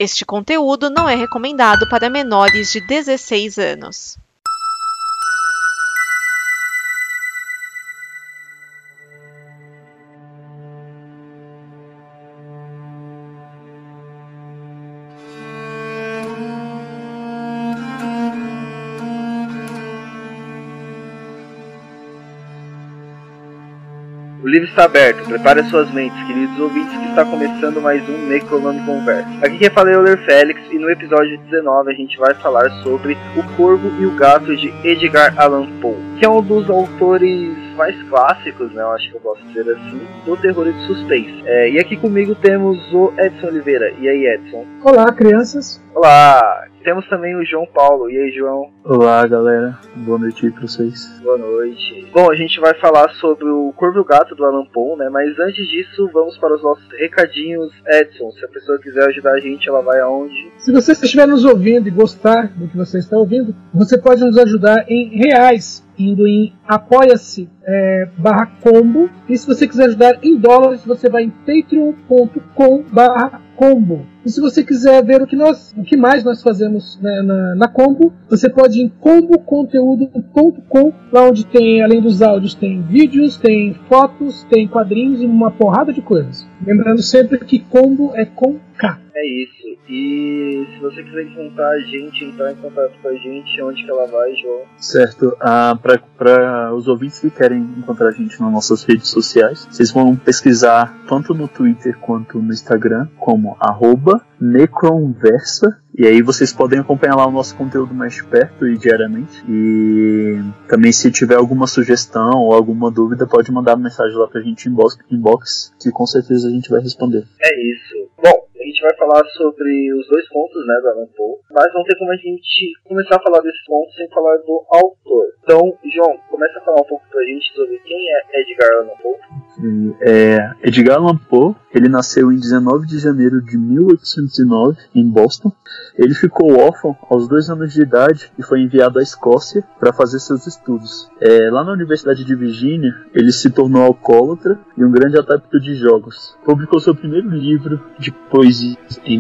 Este conteúdo não é recomendado para menores de 16 anos. O livro está aberto, prepare suas mentes, queridos ouvintes, que está começando mais um Necrolando Conversa. Aqui quem fala é o Euler Félix, e no episódio 19 a gente vai falar sobre O Corvo e o Gato de Edgar Allan Poe, que é um dos autores mais clássicos, né, eu acho que eu posso dizer assim, do terror e do suspense. E aqui comigo temos o Edson Oliveira. E aí, Edson? Olá, crianças. Olá! Temos também o João Paulo. E aí, João? Olá, galera. Boa noite aí pra vocês. Boa noite. Bom, a gente vai falar sobre o Corvo e o Gato do Allan Poe, né? Mas antes disso, vamos para os nossos recadinhos. Edson, se a pessoa quiser ajudar a gente, ela vai aonde? Se você estiver nos ouvindo e gostar do que você está ouvindo, você pode nos ajudar em reais, indo em apoia-se /combo. E se você quiser ajudar em dólares, você vai em patreon.com/combo. E se você quiser ver o que mais nós fazemos, né, na Combo, você pode ir em comboconteúdo.com, lá onde tem, além dos áudios, tem vídeos, tem fotos, tem quadrinhos e uma porrada de coisas. Lembrando sempre que Combo é com K. É isso. E se você quiser encontrar a gente, entrar em contato com a gente, onde que ela vai, João? Certo. Para os ouvintes que querem encontrar a gente nas nossas redes sociais, vocês vão pesquisar tanto no Twitter quanto no Instagram como @Necronversa. E aí vocês podem acompanhar lá o nosso conteúdo mais de perto e diariamente. E também, se tiver alguma sugestão ou alguma dúvida, pode mandar mensagem lá pra gente em inbox, que com certeza a gente vai responder. É isso. Bom, a gente vai falar sobre os dois contos, né, do Allan Poe, mas não tem como a gente começar a falar desses contos sem falar do autor. Então, João, começa a falar um pouco pra gente sobre quem é Edgar Allan Poe. Edgar Allan Poe, ele nasceu em 19 de janeiro de 1809, em Boston. Ele ficou órfão aos 2 anos de idade e foi enviado à Escócia para fazer seus estudos. Lá na Universidade de Virgínia, ele se tornou alcoólatra e um grande adepto de jogos. Publicou seu primeiro livro de poesia em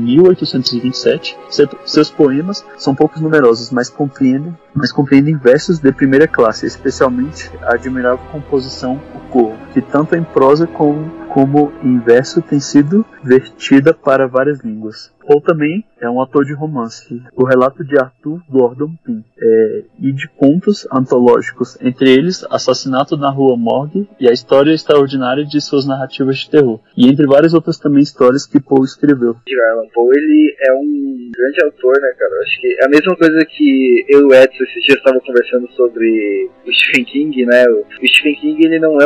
1827. Seus poemas são poucos numerosos, mas compreendem versos de primeira classe, especialmente a admirável composição O Corvo, que tanto em prosa como em verso tem sido vertida para várias línguas. Poe também é um autor de romance, o relato de Arthur Gordon Pym, e de contos antológicos, entre eles Assassinato na Rua Morgue e a história extraordinária de suas narrativas de terror, e entre várias outras também histórias que Poe escreveu. Edgar Allan Poe, ele é um grande autor, né, cara? Eu acho que é a mesma coisa que eu e o Edson esses dias estavam conversando sobre o Stephen King, né? O Stephen King, ele não é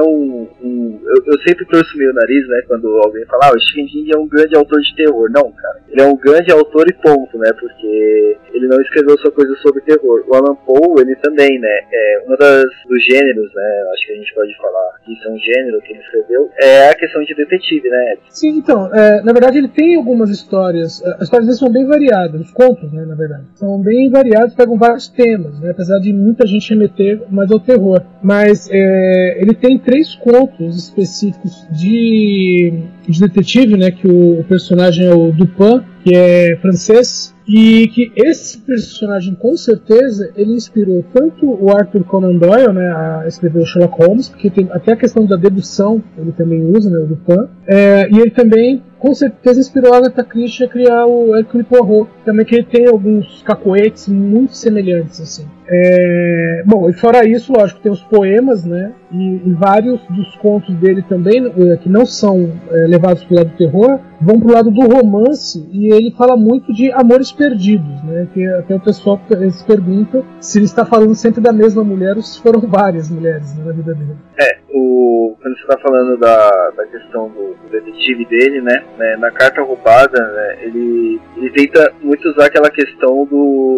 eu sempre torço meu nariz, né, quando alguém fala, o Stephen King é um grande autor de terror. Não, cara. Ele é um grande autor e ponto, né, porque ele não escreveu só coisas sobre terror. O Allan Poe, ele também, né, é uma dos gêneros, né, acho que a gente pode falar que isso é um gênero que ele escreveu, é a questão de detetive, né? Sim, então, na verdade ele tem algumas histórias, as histórias dele são bem variadas, os contos, né, na verdade, são bem variados, pegam vários temas, né, apesar de muita gente remeter mais ao terror, mas ele tem 3 contos específicos de detetive, né, que o personagem é o Dupin, que é francês, e que esse personagem, com certeza, ele inspirou tanto o Arthur Conan Doyle, né, a escrever o Sherlock Holmes, porque tem até a questão da dedução, ele também usa, né, o Dupin, e ele também, com certeza, inspirou a Agatha Christie a criar o Hercule Poirot, também, que ele tem alguns cacoetes muito semelhantes, assim. Bom, e fora isso, lógico, tem os poemas, né, e vários dos contos dele também, que não são levados para o lado do terror, vão para o lado do romance, e ele fala muito de amores perdidos, né, que até o pessoal se pergunta se ele está falando sempre da mesma mulher ou se foram várias mulheres, né, na vida dele. Quando você está falando da questão do detetive dele, né, na Carta Roubada, né, ele tenta muito usar aquela questão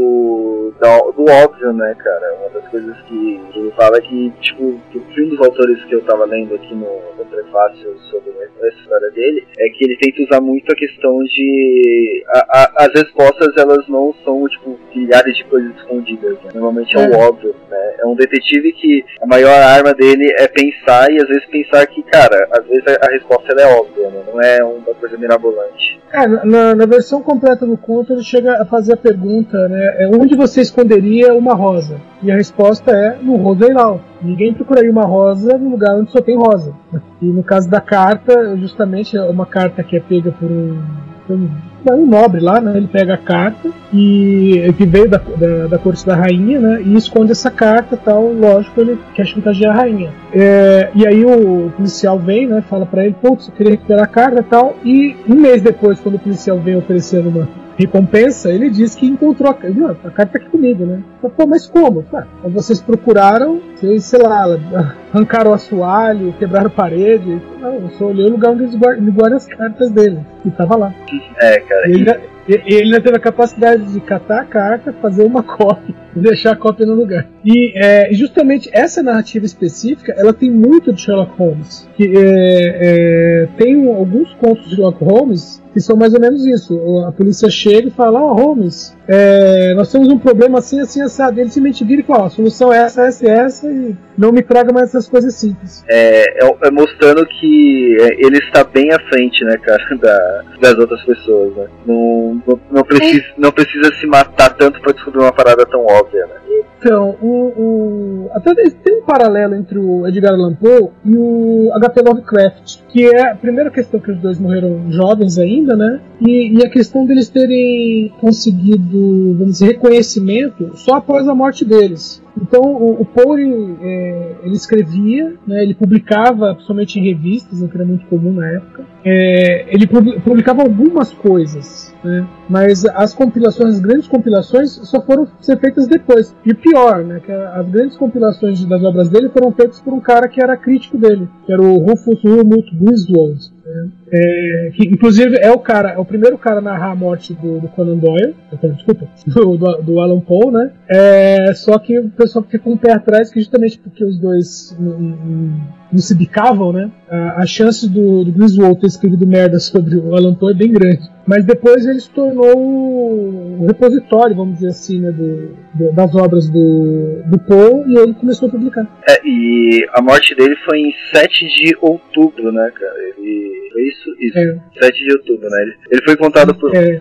do óbvio, né, cara. Uma das coisas que ele fala que, tipo, que um dos autores que eu tava lendo aqui no prefácio sobre essa história dele, é que ele tenta usar muito a questão de as respostas, elas não são, tipo, milhares de coisas escondidas, né? Normalmente é o óbvio, né? É um detetive que a maior arma dele é pensar, e às vezes pensar que, cara, às vezes a resposta ela é óbvia, né? Não é uma coisa coisa mirabolante. Na versão completa do conto ele chega a fazer a pergunta, né, onde você esconderia uma rosa? E a resposta é no roseiral. Ninguém procuraria uma rosa no lugar onde só tem rosa. E no caso da carta, justamente é uma carta que é pega por um nobre lá, né? Ele pega a carta que veio da corte da rainha, né? E esconde essa carta, tal. Lógico, ele quer chantagear a rainha. E aí o policial vem, né? Fala pra ele, putz, eu queria recuperar a carta, tal. E um mês depois, quando o policial vem oferecendo uma recompensa, ele diz que encontrou a carta. Não, a carta tá aqui comigo, né? Pô, mas como? Vocês procuraram, vocês, sei lá, arrancaram o assoalho, quebraram a parede. Não, eu só olhei o lugar onde ele guarda as cartas dele. E tava lá. Cara. Ele ainda teve a capacidade de catar a carta, fazer uma cópia e deixar a cópia no lugar. E justamente essa narrativa específica, ela tem muito de Sherlock Holmes. Que tem alguns contos de Sherlock Holmes que são mais ou menos isso. A polícia chega e fala, Holmes, nós temos um problema assim, assim, assado. Ele simplesmente vira e fala, a solução é essa, e não me traga mais essas coisas simples. Mostrando que ele está bem à frente, né, cara, das outras pessoas, né? Não precisa se matar tanto para descobrir uma parada tão óbvia, né? Então, até tem um paralelo entre o Edgar Allan Poe e o H.P. Lovecraft, que é a primeira questão que os dois morreram jovens ainda, né? E a questão deles terem conseguido, vamos dizer, reconhecimento só após a morte deles. Então o Poe ele escrevia, né, ele publicava principalmente em revistas, o que era muito comum na época. Ele publicava algumas coisas, né, mas as grandes compilações só foram ser feitas depois. E pior, né, que as grandes compilações das obras dele foram feitas por um cara que era crítico dele, que era o Rufus Wilmot Griswold. Que inclusive é o primeiro cara a narrar a morte do Conan Doyle, do Allan Poe, né? Só que o pessoal fica com um pé atrás, que justamente porque os dois não se bicavam, né? A chance do Griswold ter escrevido merda sobre o Allan Poe é bem grande. Mas depois ele se tornou o repositório, vamos dizer assim, né, das obras do Poe, e ele começou a publicar. E a morte dele foi em 7 de outubro, né, cara? Foi isso? 7 de outubro, né? Ele foi contado por de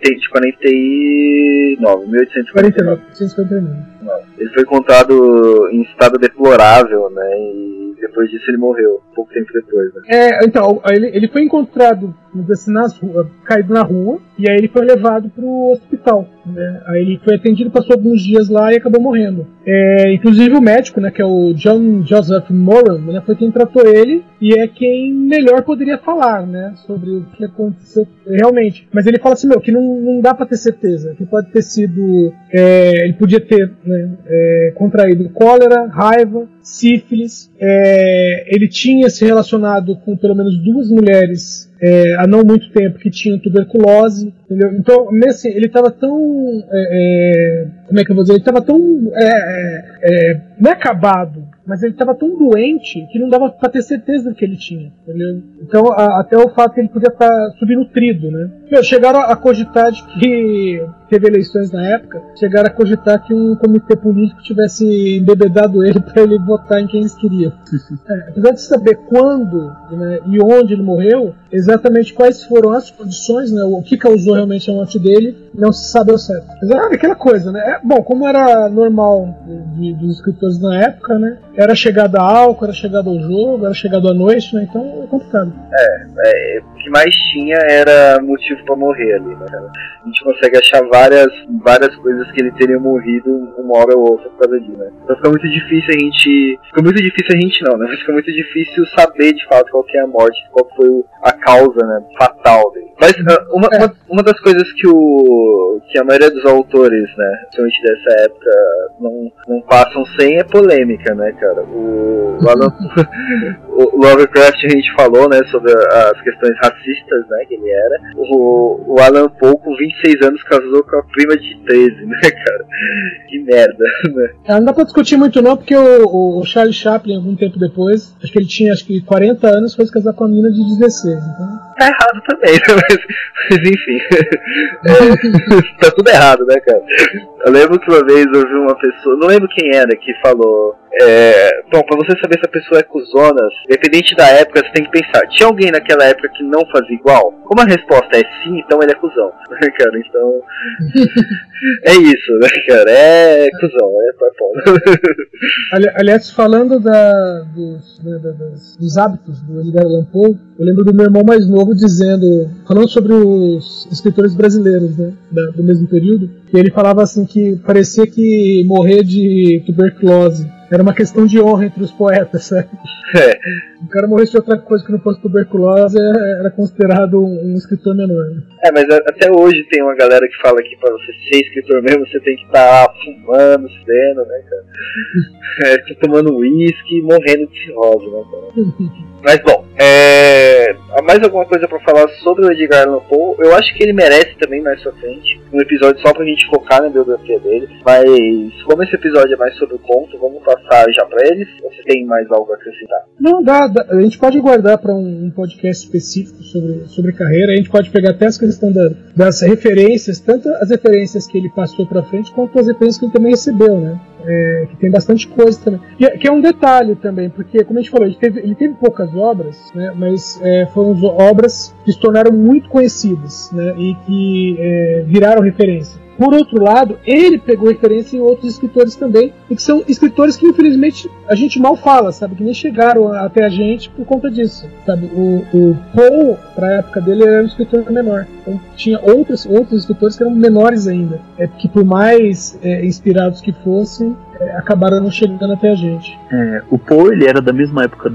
1849. Ele foi contado em estado deplorável, né? E depois disso ele morreu, pouco tempo depois, né? Então, ele foi encontrado assim, caído na rua, e aí ele foi levado pro hospital, né? Aí ele foi atendido, passou alguns dias lá e acabou morrendo. Inclusive o médico, né, que é o John Joseph Moran, né, foi quem tratou ele, e é quem melhor poderia falar, né, sobre o que aconteceu realmente. Mas ele fala assim, que não dá pra ter certeza, que pode ter sido, ele podia ter, né, contraído cólera, raiva, sífilis, ele tinha se relacionado com pelo menos 2 mulheres há não muito tempo que tinham tuberculose, entendeu? Então, assim, ele estava tão, como é que eu vou dizer, ele estava tão, não é acabado, mas ele estava tão doente que não dava para ter certeza do que ele tinha, entendeu? Então, até o fato que ele podia estar subnutrido, né? Chegaram a cogitar de que teve eleições na época, chegaram a cogitar que um comitê político tivesse embebedado ele para ele votar em quem eles queriam. Apesar de saber quando, né, e onde ele morreu, exatamente quais foram as condições, né, o que causou realmente a morte dele, não se sabe ao certo. Mas era aquela coisa, né? Bom, como era normal dos escritores na época, né? Era chegada a álcool, era chegada ao jogo, era chegada à noite, né? Então é complicado. O que mais tinha era motivo pra morrer ali, né? A gente consegue achar várias coisas que ele teria morrido uma hora ou outra por causa disso, né? Então fica muito difícil não, né? Mas fica muito difícil saber de fato qual que é a morte, qual foi a causa, né, fatal dele. Mas uma das coisas que a maioria dos autores, né, principalmente dessa época, não passam sem é polêmica, né, cara? O Lovecraft, a gente falou, né, sobre as questões racistas, né, que ele era. O Allan Poe, com 26 anos, casou com a prima de 13, né, cara? Que merda, né? Não dá pra discutir muito não, porque o Charlie Chaplin, algum tempo depois, acho que ele tinha 40 anos, foi se casar com a menina de 16, então... tá errado também, né? Mas enfim. Tá tudo errado, né, cara? Eu lembro que uma vez eu vi uma pessoa, não lembro quem era, que falou... bom, pra você saber se a pessoa é cuzona, independente da época, você tem que pensar, tinha alguém naquela época que não fazia igual? Como a resposta é sim, então ele é cuzão, cara, então... é isso, né, cara, é cuzão, é papo. Aliás, falando dos hábitos do Edgar Allan Poe, eu lembro do meu irmão mais novo falando sobre os escritores brasileiros, né, do mesmo período, e ele falava assim que parecia que morrer de tuberculose era uma questão de honra entre os poetas, sabe? O cara morresse de outra coisa que não fosse tuberculose era considerado um escritor menor. Né? Mas até hoje tem uma galera que fala que pra você ser escritor mesmo, você tem que estar fumando, cedendo, né, cara? Tomando uísque e morrendo de cirrose, né, cara? Mas bom, há mais alguma coisa pra falar sobre o Edgar Allan Poe? Eu acho que ele merece também mais pra frente um episódio só pra gente focar na biografia dele. Mas como esse episódio é mais sobre o conto, vamos passar já pra eles? Ou você tem mais algo a acrescentar? Não, a gente pode guardar pra um podcast específico sobre carreira. A gente pode pegar até as questões das referências, tanto as referências que ele passou pra frente, quanto as referências que ele também recebeu, né? Que tem bastante coisa também. Que é um detalhe também, porque, como a gente falou, ele teve poucas obras, né, mas foram obras que se tornaram muito conhecidas, né, e que viraram referência. Por outro lado, ele pegou referência em outros escritores também, e que são escritores que, infelizmente, a gente mal fala, sabe? Que nem chegaram até a gente por conta disso, sabe? O Poe, pra época dele, era um escritor menor. Então, tinha outros escritores que eram menores ainda, que por mais inspirados que fossem, acabaram não chegando até a gente. O Poe, ele era da mesma época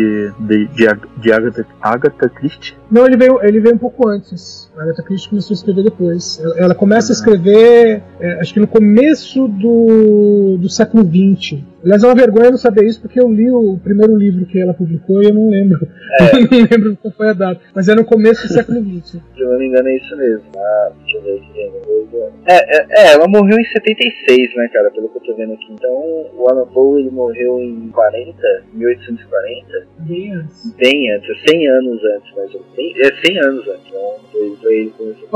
de Agatha Christie? Não, ele veio um pouco antes. A Agatha Christie começou a escrever depois. Ela começa a escrever, acho que no começo do século XX. Aliás, é uma vergonha não saber isso, porque eu li o primeiro livro que ela publicou e eu não lembro. Eu não lembro qual foi a data. Mas é no começo do século XX. Se eu não me engano, é isso mesmo. Deixa eu ver aqui. Ela morreu em 76, né, cara, pelo que eu tô vendo aqui. Então, o Allan Poe, ele morreu em 1840? Bem antes. Bem antes, 100 anos antes, mais ou menos. 100 anos antes, então foi ele que começou.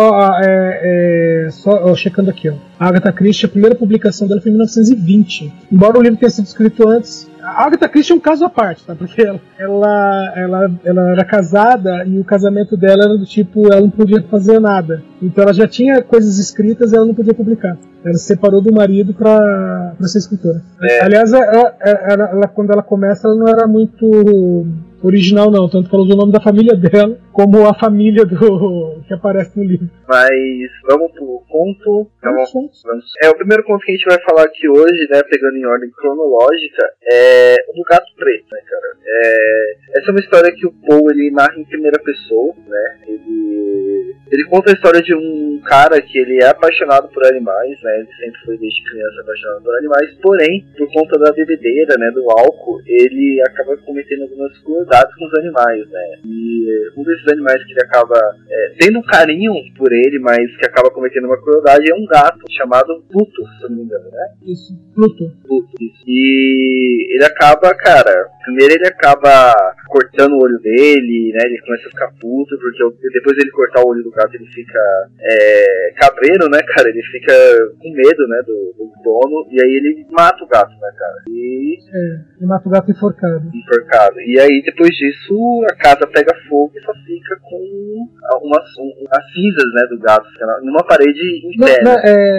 Só checando aqui, ó. A Agatha Christie, a primeira publicação dela foi em 1920. Embora o livro tenha sido escrito antes. A Agatha Christie é um caso à parte, tá? Porque ela era casada e o casamento dela era do tipo, ela não podia fazer nada. Então ela já tinha coisas escritas e ela não podia publicar. Ela se separou do marido pra ser escritora. Aliás, ela, quando ela começa, ela não era muito original, não. Tanto que ela usou o nome da família dela como a família que aparece no livro. Mas vamos pro conto. O primeiro conto que a gente vai falar aqui hoje, né, pegando em ordem cronológica, é o do Gato Preto, né, cara? Essa é uma história que o Poe, ele narra em primeira pessoa, né? Ele conta a história de um cara que ele é apaixonado por animais, né? Ele sempre foi desde criança apaixonado por animais, porém, por conta da bebedeira, né, do álcool, ele acaba cometendo algumas crueldades com os animais, né? E um desses animais que ele acaba tendo um carinho por ele, mas que acaba cometendo uma crueldade, é um gato chamado Pluto, se eu não me engano, né? Isso, Pluto, isso. E ele acaba, cara, primeiro ele acaba cortando o olho dele, né? Ele começa a ficar puto, porque depois dele cortar o olho do gato, ele fica cabreiro, né, cara? Ele fica com medo, né, do dono, e aí ele mata o gato, né, cara? Ele mata o gato enforcado. E aí, depois disso, a casa pega fogo e só fica com as cinzas, né, do gato, numa parede interna.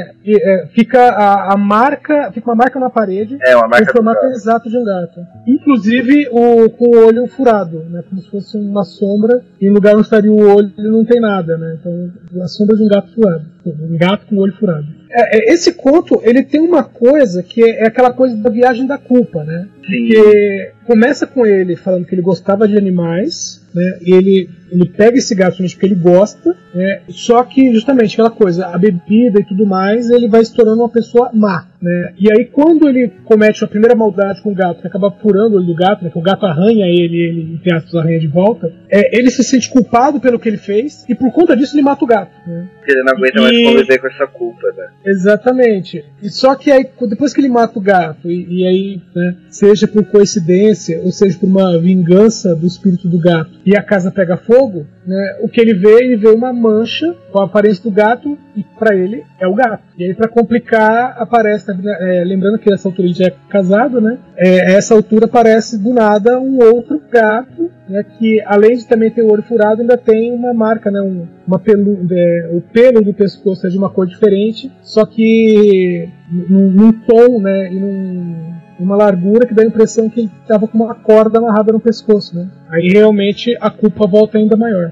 Fica uma marca na parede, uma marca com o formato exato de um gato. Inclusive com o olho furado, né, como se fosse uma sombra, e no lugar onde estaria o olho não tem nada, né? Então, a sombra de um gato furado. Um gato com o olho furado. Esse conto, ele tem uma coisa que é aquela coisa da viagem da culpa, né? Sim. Que começa com ele falando que ele gostava de animais, né? E ele pega esse gato porque ele gosta, né? Só que justamente aquela coisa, a bebida e tudo mais, ele vai se tornando uma pessoa má, né? E aí quando ele comete a primeira maldade com o gato, que acaba furando o olho do gato, né? Que o gato arranha ele entre aspas, arranha de volta, ele se sente culpado pelo que ele fez e por conta disso ele mata o gato, né? Ele não aguenta mais conviver com essa culpa, né? Exatamente. E só que aí, depois que ele mata o gato, e aí, né, seja por coincidência, ou seja por uma vingança do espírito do gato, e a casa pega fogo, fogo, né, o que ele vê uma mancha com a aparência do gato, e para ele é o gato. E aí, para complicar, aparece, lembrando que nessa altura ele já é casado, né, essa altura aparece do nada um outro gato, né, que além de também ter o olho furado, ainda tem uma marca, né, o pelo do pescoço é de uma cor diferente, só que num tom, né, e uma largura que dá a impressão que ele estava com uma corda amarrada no pescoço, né? Aí realmente a culpa volta ainda maior.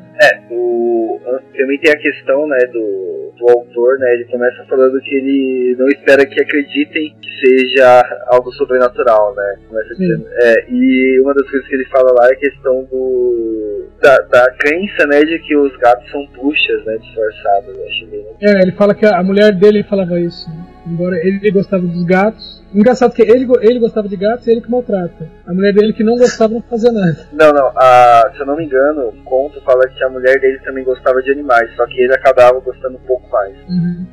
Também tem a questão, né, do autor, né, ele começa falando que ele não espera que acreditem que seja algo sobrenatural, né? Começa dizendo, e uma das coisas que ele fala lá é a questão da crença, né, de que os gatos são bruxas, né, disfarçadas. Eu acho bem... ele fala que a mulher dele falava isso, né? Embora ele gostava dos gatos. Engraçado que ele gostava de gatos e ele que maltrata. A mulher dele que não gostava não fazia nada. Não, se eu não me engano, o conto fala que a mulher dele também gostava de animais, só que ele acabava gostando um pouco mais. Uhum.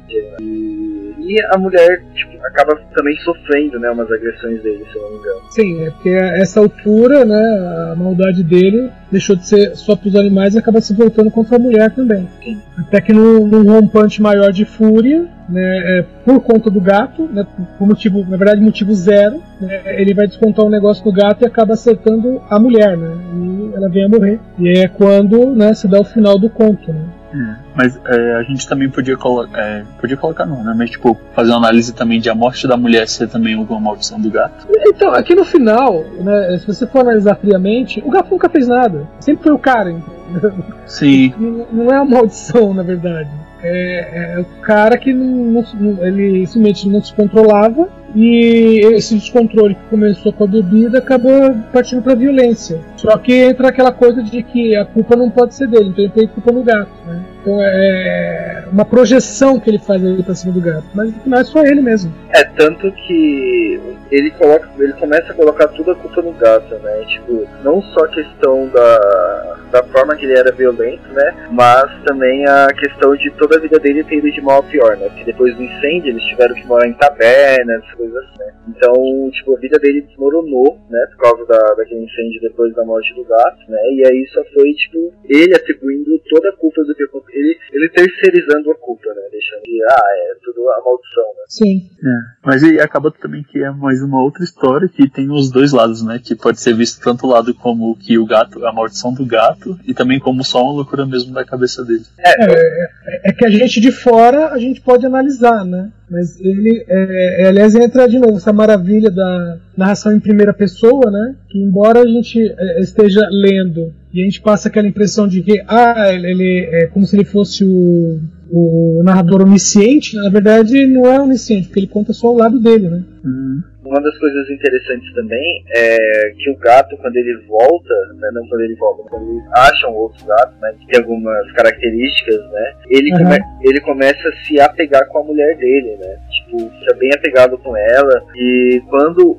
E a mulher, tipo, acaba também sofrendo, né, umas agressões dele, se eu não me engano. Sim, é porque a essa altura, né, a maldade dele deixou de ser só para os animais e acaba se voltando contra a mulher também. Sim. Até que num rompante maior de fúria, né, por conta do gato, né, por motivo, na verdade motivo zero, né, ele vai descontar um negócio no gato e acaba acertando a mulher, né, e ela vem a morrer. E é quando, né, se dá o final do conto, né. Mas a gente também podia colocar não, né? Mas tipo, fazer uma análise também de a morte da mulher ser também alguma maldição do gato. Então, aqui no final, né, se você for analisar friamente, o gato nunca fez nada. Sempre foi o cara, entendeu? Sim. Não é uma maldição, na verdade. É o cara que ele simplesmente não se controlava, e esse descontrole que começou com a bebida acabou partindo para violência. Só que entra aquela coisa de que a culpa não pode ser dele, então ele tem culpa no gato, né? Então é uma projeção que ele faz ali pra cima do gato, mas no final é só ele mesmo. Tanto que ele começa a colocar toda a culpa no gato, né? Tipo, não só a questão da forma que ele era violento, né? Mas também a questão de toda a vida dele ter ido de mal a pior, né? Porque depois do incêndio eles tiveram que morar em tabernas, coisas assim, né? Então, tipo, a vida dele desmoronou, né? Por causa daquele incêndio depois da morte do gato, né? E aí só foi, tipo, ele atribuindo toda a culpa do que aconteceu. Ele terceirizando a culpa, né? Deixando que, é tudo a maldição, né? Sim. Mas aí acaba também que é mais uma outra história que tem os dois lados, né? Que pode ser visto tanto o lado como que o gato, a maldição do gato, e também como só uma loucura mesmo da cabeça dele. É que a gente de fora, a gente pode analisar, né? Mas ele, aliás, entra de novo essa maravilha da narração em primeira pessoa, né? Que embora a gente esteja lendo e a gente passa aquela impressão de que ele é como se ele fosse o narrador onisciente, na verdade não é onisciente, porque ele conta só o lado dele, né? Uma das coisas interessantes também é que o gato, quando ele volta, né, não quando ele volta, quando eles acham outro gato, né, que tem algumas características, né, ele começa a se apegar com a mulher dele, né, tipo, fica bem apegado com ela, e quando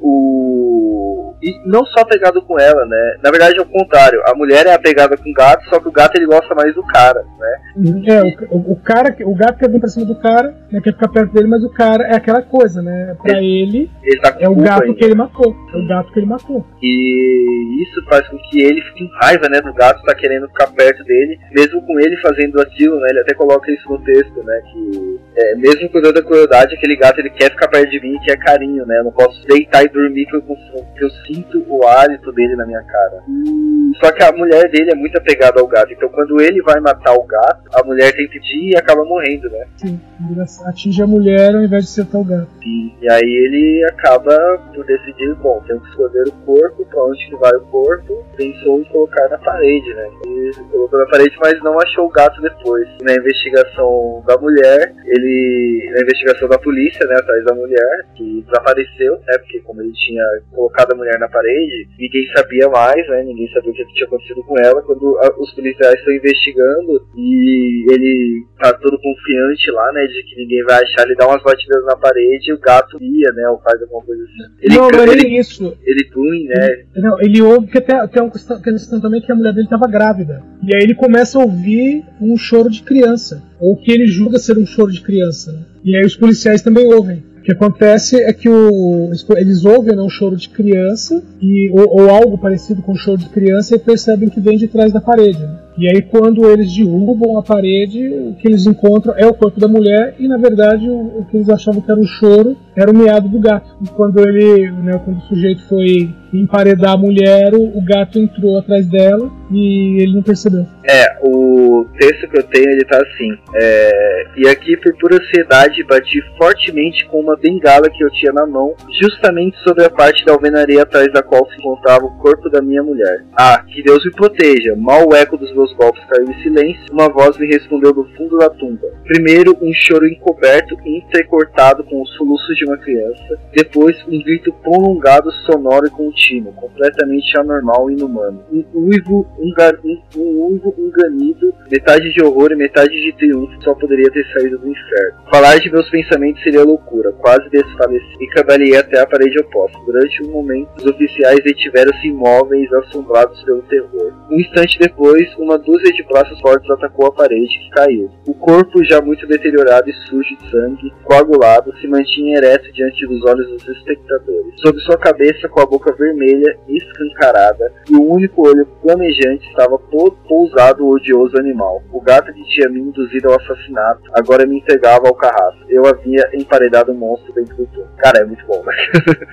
e não só apegado com ela, né, na verdade é o contrário, a mulher é apegada com o gato, só que o gato ele gosta mais do cara, né. O gato quer vir pra cima do cara, né, quer ficar perto dele, mas o cara é aquela coisa, né, pra ele tá é o gato que ele matou. É o gato que ele matou. E isso faz com que ele fique com raiva, né, do gato tá querendo ficar perto dele, mesmo com ele fazendo aquilo, né, ele até coloca isso no texto, né, que mesmo com toda a crueldade, aquele gato ele quer ficar perto de mim, que é carinho, né, eu não posso deitar e dormir que eu sinto o hálito dele na minha cara. Só que a mulher dele é muito apegada ao gato, então quando ele vai matar o gato, a mulher tem que ir e acaba morrendo, né. Sim, ele atinge a mulher ao invés de acertar o gato. Sim, e aí ele acaba por decidir, bom, tem que escolher o corpo, pra onde que vai o corpo, pensou em colocar na parede, né, e colocou na parede, mas não achou o gato depois. Na investigação da mulher, na investigação da polícia, né, atrás da mulher, que desapareceu, né, porque como ele tinha colocado a mulher na parede, ninguém sabia mais, né, ninguém sabia o que tinha acontecido com ela. Quando os policiais estão investigando e ele tá todo confiante lá, né, de que ninguém vai achar, ele dá umas batidas na parede e o gato ia, né, ou faz alguma coisa assim. Não é nem isso. Ele punha, né. Não, ele ouve, porque tem uma questão também que a mulher dele estava grávida. E aí ele começa a ouvir um choro de criança, ou que ele julga ser um choro de criança, né? E aí os policiais também ouvem. O que acontece é que eles ouvem, né, um choro de criança ou algo parecido com um choro de criança e percebem que vem de trás da parede, né? E aí quando eles derrubam a parede, o que eles encontram é o corpo da mulher e na verdade o que eles achavam que era o choro era o miado do gato. E quando quando o sujeito foi emparedar a mulher, o gato entrou atrás dela e ele não percebeu. O texto que eu tenho, ele tá assim: e aqui por pura ansiedade bati fortemente com uma bengala que eu tinha na mão, justamente sobre a parte da alvenaria atrás da qual se encontrava o corpo da minha mulher. Ah, que Deus me proteja! Mal o eco dos meus golpes caiu em silêncio, uma voz me respondeu do fundo da tumba. Primeiro um choro encoberto e entrecortado com os soluços de uma criança, depois um grito prolongado, sonoro e contínuo, completamente anormal e inumano. Um uivo enganido, metade de horror e metade de triunfo, só poderia ter saído do inferno. Falar de meus pensamentos seria loucura, quase desfaleci e cambaleei até a parede oposta. Durante um momento, os oficiais detiveram-se imóveis, assombrados pelo terror. Um instante depois, uma dúzia de braços fortes atacou a parede, que caiu. O corpo, já muito deteriorado e sujo de sangue, coagulado, se mantinha ereto diante dos olhos dos espectadores. Sob sua cabeça, com a boca vermelha e escancarada, e o único olho flamejante, estava pousado o odioso animal. O gato que tinha me induzido ao assassinato agora me entregava ao carrasco. Eu havia emparedado um monstro dentro do túmulo. Cara, é muito bom, né?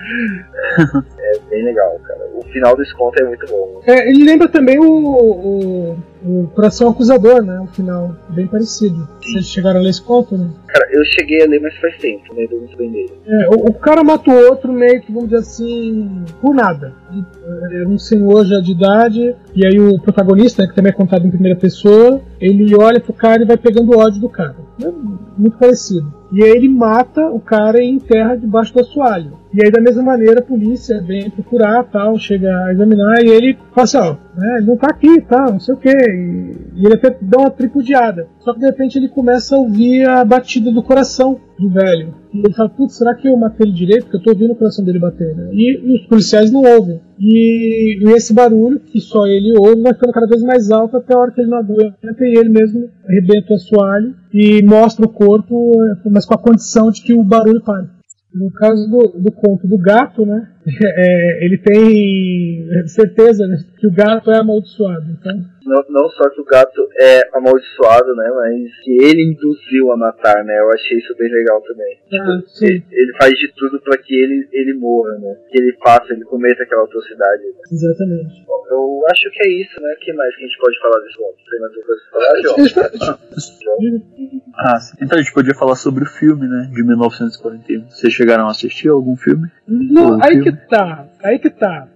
É bem legal, cara. O final desse conto é muito bom. Ele lembra também o Coração Acusador, né? O final bem parecido. Sim. Vocês chegaram a ler esse conto, né? Cara, eu cheguei a ler, mas faz tempo, não lembro muito bem dele. O cara mata o outro meio que, vamos dizer assim, por nada. Era um senhor já de idade, e aí o protagonista, né, que também é contado em primeira pessoa, ele olha pro cara e vai pegando ódio do cara. É muito parecido. E aí ele mata o cara e enterra debaixo do assoalho. E aí da mesma maneira a polícia vem procurar, tal, chega a examinar e ele fala assim, ele não tá aqui, tá, não sei o que. E ele até dá uma tripudiada. Só que de repente ele começa a ouvir a batida do coração do velho. E ele fala, putz, será que eu matei ele direito? Porque eu tô ouvindo o coração dele bater, né? E os policiais não ouvem. E esse barulho, que só ele ouve, vai ficando cada vez mais alto até a hora que ele não aguenta e ele mesmo arrebenta o assoalho e mostra o corpo, mas com a condição de que o barulho pare. No caso do conto do gato, né? Ele tem certeza, né, que o gato é amaldiçoado. Então... Não só que o gato é amaldiçoado, né, mas que ele induziu a matar, né? Eu achei isso bem legal também. Ele faz de tudo para que ele morra, né? Que ele faça, ele cometa aquela atrocidade. Né? Exatamente. Bom, eu acho que é isso, né? O que mais que a gente pode falar desse conto? Tem mais outra coisa pra falar, João? Sim. Então a gente podia falar sobre o filme, né? De 1941. Vocês chegaram a assistir algum filme? Não, aí que tá.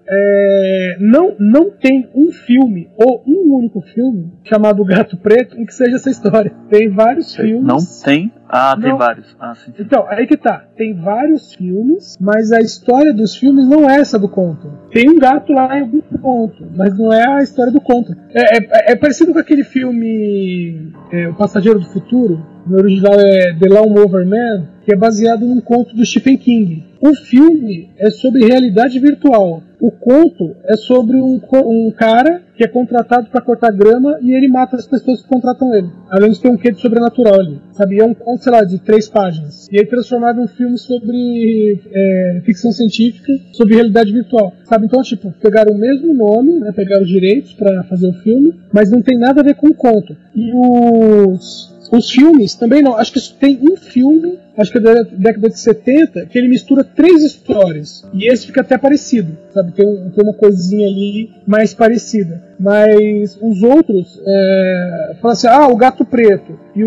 Não tem um filme, ou um único filme, chamado Gato Preto, em que seja essa história. Tem vários filmes. Não tem? Tem vários. Sim. Então, aí que tá. Tem vários filmes, mas a história dos filmes não é essa do conto. Tem um gato lá em algum ponto, mas não é a história do conto. É parecido com aquele filme O Passageiro do Futuro. No original é The Lawnmower Man, que é baseado num conto do Stephen King. O filme é sobre realidade virtual. O conto é sobre um cara que é contratado para cortar grama e ele mata as pessoas que contratam ele. Além de ter um quê de sobrenatural ali. Sabe? É um conto, sei lá, de 3 páginas. E aí transformado em um filme sobre ficção científica, sobre realidade virtual. Sabe? Então, tipo, pegaram o mesmo nome, né, pegaram os direitos para fazer o filme, mas não tem nada a ver com o conto. E os filmes também não. Acho que tem um filme, acho que é da década de 70, que ele mistura 3 histórias. E esse fica até parecido, sabe? Tem uma coisinha ali mais parecida. Mas os outros, falam assim, o Gato Preto. E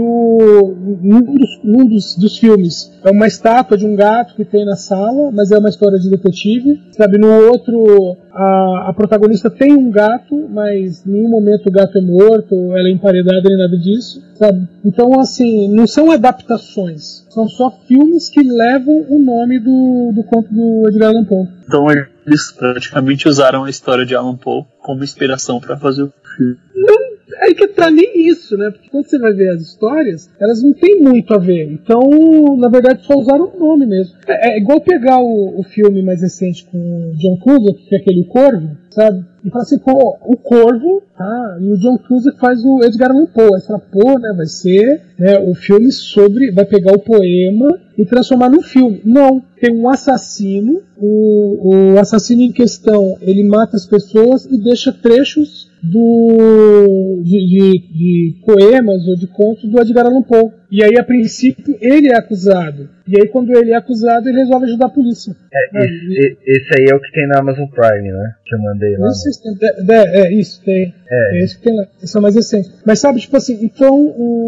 um dos filmes é uma estátua de um gato que tem na sala, mas é uma história de detetive. Sabe? No outro, a protagonista tem um gato, mas em nenhum momento o gato é morto, ela é emparedada, nem nada disso. Sabe? Então, assim, não são adaptações. São só filmes que levam o nome do conto do Edgar Allan Poe. Então eles praticamente usaram a história de Allan Poe como inspiração para fazer o filme. Não, aí que tá nem isso, né? Porque quando você vai ver as histórias, elas não tem muito a ver. Então, na verdade, só usaram o nome mesmo. É igual pegar o filme mais recente com o John Cusack, que é aquele Corvo, sabe? E fala assim, o Corvo, tá? E o John Cusack faz o Edgar Allan Poe. Aí você fala, né? Vai ser, né, o filme vai pegar o poema e transformar num filme. Não, tem um assassino, o assassino em questão, ele mata as pessoas e deixa trechos de poemas ou de contos do Edgar Allan Poe. E aí, a princípio, ele é acusado. E aí, quando ele é acusado, ele resolve ajudar a polícia. Esse aí é o que tem na Amazon Prime, né? Que eu mandei lá. Isso, tem. É esse que tem lá. Esse é o mais recente. Mas sabe, tipo assim, então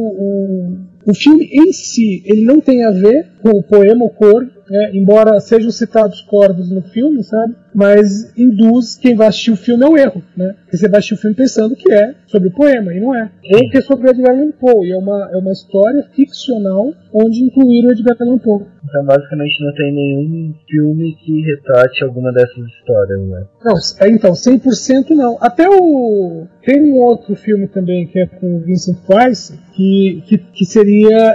o filme em si, ele não tem a ver com o poema ou corvo, embora sejam citados corvos no filme, sabe? Mas induz quem vai assistir o filme ao erro, né? Porque você vai assistir o filme pensando que é sobre o poema, e não é. Ou que é sobre o Edgar Allan Poe, e é uma história ficcional onde incluíram o Edgar Allan Poe. Então, basicamente, não tem nenhum filme que retrate alguma dessas histórias, né? Não, então, 100% não. Até tem um outro filme também, que é com o Vincent Price, que seria,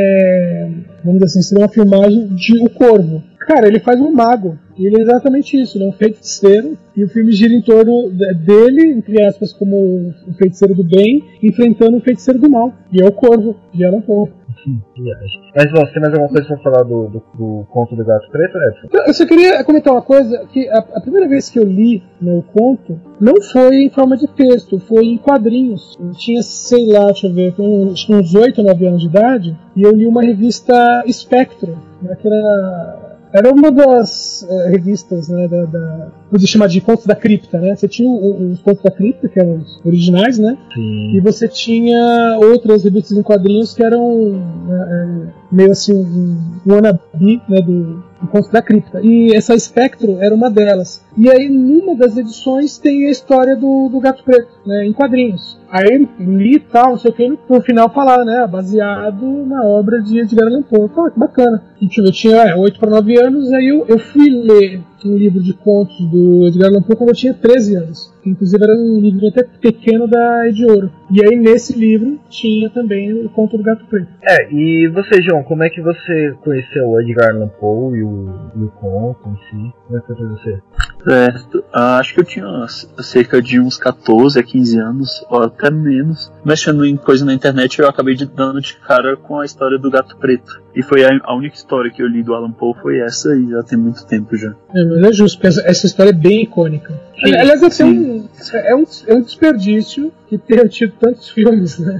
vamos dizer assim, seria uma filmagem de O Corvo. Cara, ele faz um mago, e ele é exatamente isso, ele é um feiticeiro, e o filme gira em torno dele, entre aspas, como o feiticeiro do bem, enfrentando o feiticeiro do mal, e é o Corvo, de Allan Poe. Mas, bom, você tem mais alguma coisa pra falar do conto do Gato Preto, Edson? Eu só queria comentar uma coisa, que a primeira vez que eu li, né, o conto, não foi em forma de texto, foi em quadrinhos. Eu tinha, sei lá, deixa eu ver, uns 8 ou 9 anos de idade, e eu li uma revista Spectro, né, que era uma das revistas, né, podia chamar de Contos da Cripta, né? Você tinha os Contos da Cripta, que eram os originais, né? Sim. E você tinha outras revistas em quadrinhos que eram meio assim um wannabe, né, do Contos da Cripta. E essa Spectro era uma delas. E aí, numa das edições, tem a história do Gato Preto, né, em quadrinhos. Aí li e tal, não sei o que, no final falar, né, baseado na obra de Edgar Allan Poe. Ah, que bacana. E, eu tinha 8 para 9 anos, aí eu fui ler um livro de contos do Edgar Allan Poe quando eu tinha 13 anos. Inclusive era um livro até pequeno da Ediouro. E aí nesse livro tinha também o conto do Gato Preto. E você, João, como é que você conheceu o Edgar Allan Poe e o conto em si? Como é que foi pra você? Acho que eu tinha cerca de uns 14 a 15 anos, ou até menos. Mexendo em coisa na internet, eu acabei dando de cara com a história do Gato Preto. E foi a única história que eu li do Allan Poe foi essa, e já tem muito tempo já. Mas é justo, porque essa história é bem icônica. Aliás, é um desperdício que tenha tido tantos filmes, né?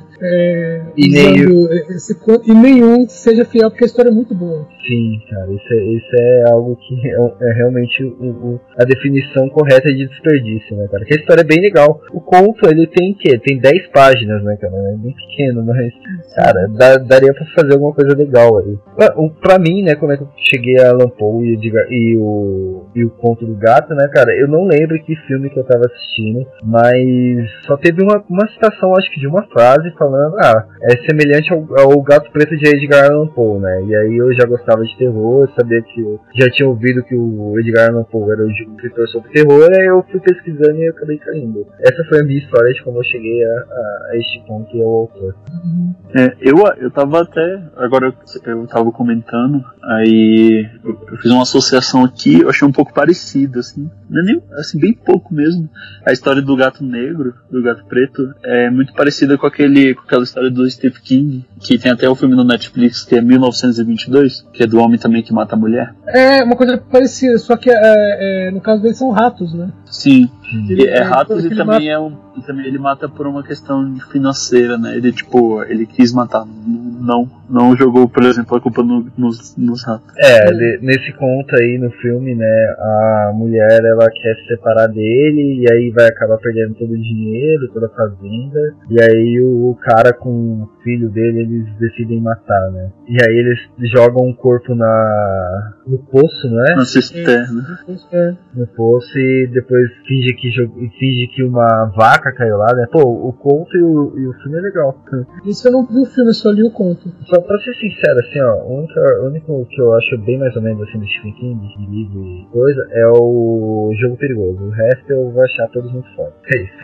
E nenhum seja fiel, porque a história é muito boa. Sim, cara, isso é algo que é realmente a definição correta de desperdício, né, cara? Que a história é bem legal. O conto, ele tem Tem 10 páginas, né, cara? É bem pequeno, mas, cara, daria pra fazer alguma coisa legal aí. Pra mim, né, como é que eu cheguei a Allan Poe e o conto do gato, né, cara? Eu não lembro que filme que eu tava assistindo, mas só teve uma citação, acho que de uma frase falando, é semelhante ao Gato Preto de Edgar Allan Poe, né? E aí eu já gostava de terror, sabia que eu já tinha ouvido que o Edgar Allan Poe era o escritor sobre terror, aí eu fui pesquisando e eu acabei caindo. Essa foi a minha história de como eu cheguei a este ponto que é o autor. Eu tava até, agora eu tava comentando, aí eu fiz uma associação aqui, eu achei um pouco parecido, assim, não é nem, assim, bem pouco mesmo. A história do gato negro, do gato preto, é muito parecida com aquela história do Stephen King, que tem até o filme no Netflix, que é 1922, que é do homem também que mata a mulher. É uma coisa parecida, só que no caso dele são ratos, né? Sim. Ratos e também também ele mata por uma questão financeira, né? Ele quis matar, não jogou, por exemplo, a culpa nos ratos. Nesse conto aí no filme, né, a mulher ela quer se separar dele e aí vai acabar perdendo todo o dinheiro, toda a fazenda, e aí o cara com o filho dele, eles decidem matar, né? E aí eles jogam o corpo no poço, não é? Na cisterna. No poço, e depois finge que uma vaca caiu lá, né? Pô, o conto e o filme é legal. Isso eu não vi o filme, eu só li o conto. Só pra ser sincero, assim, ó, o único que eu acho bem mais ou menos assim do Stephen King, de livro e coisa, é o Jogo Perigoso. O resto eu vou achar todos muito foda. É isso.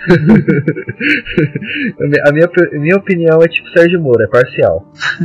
a minha opinião é tipo Sérgio Moro, é parcial.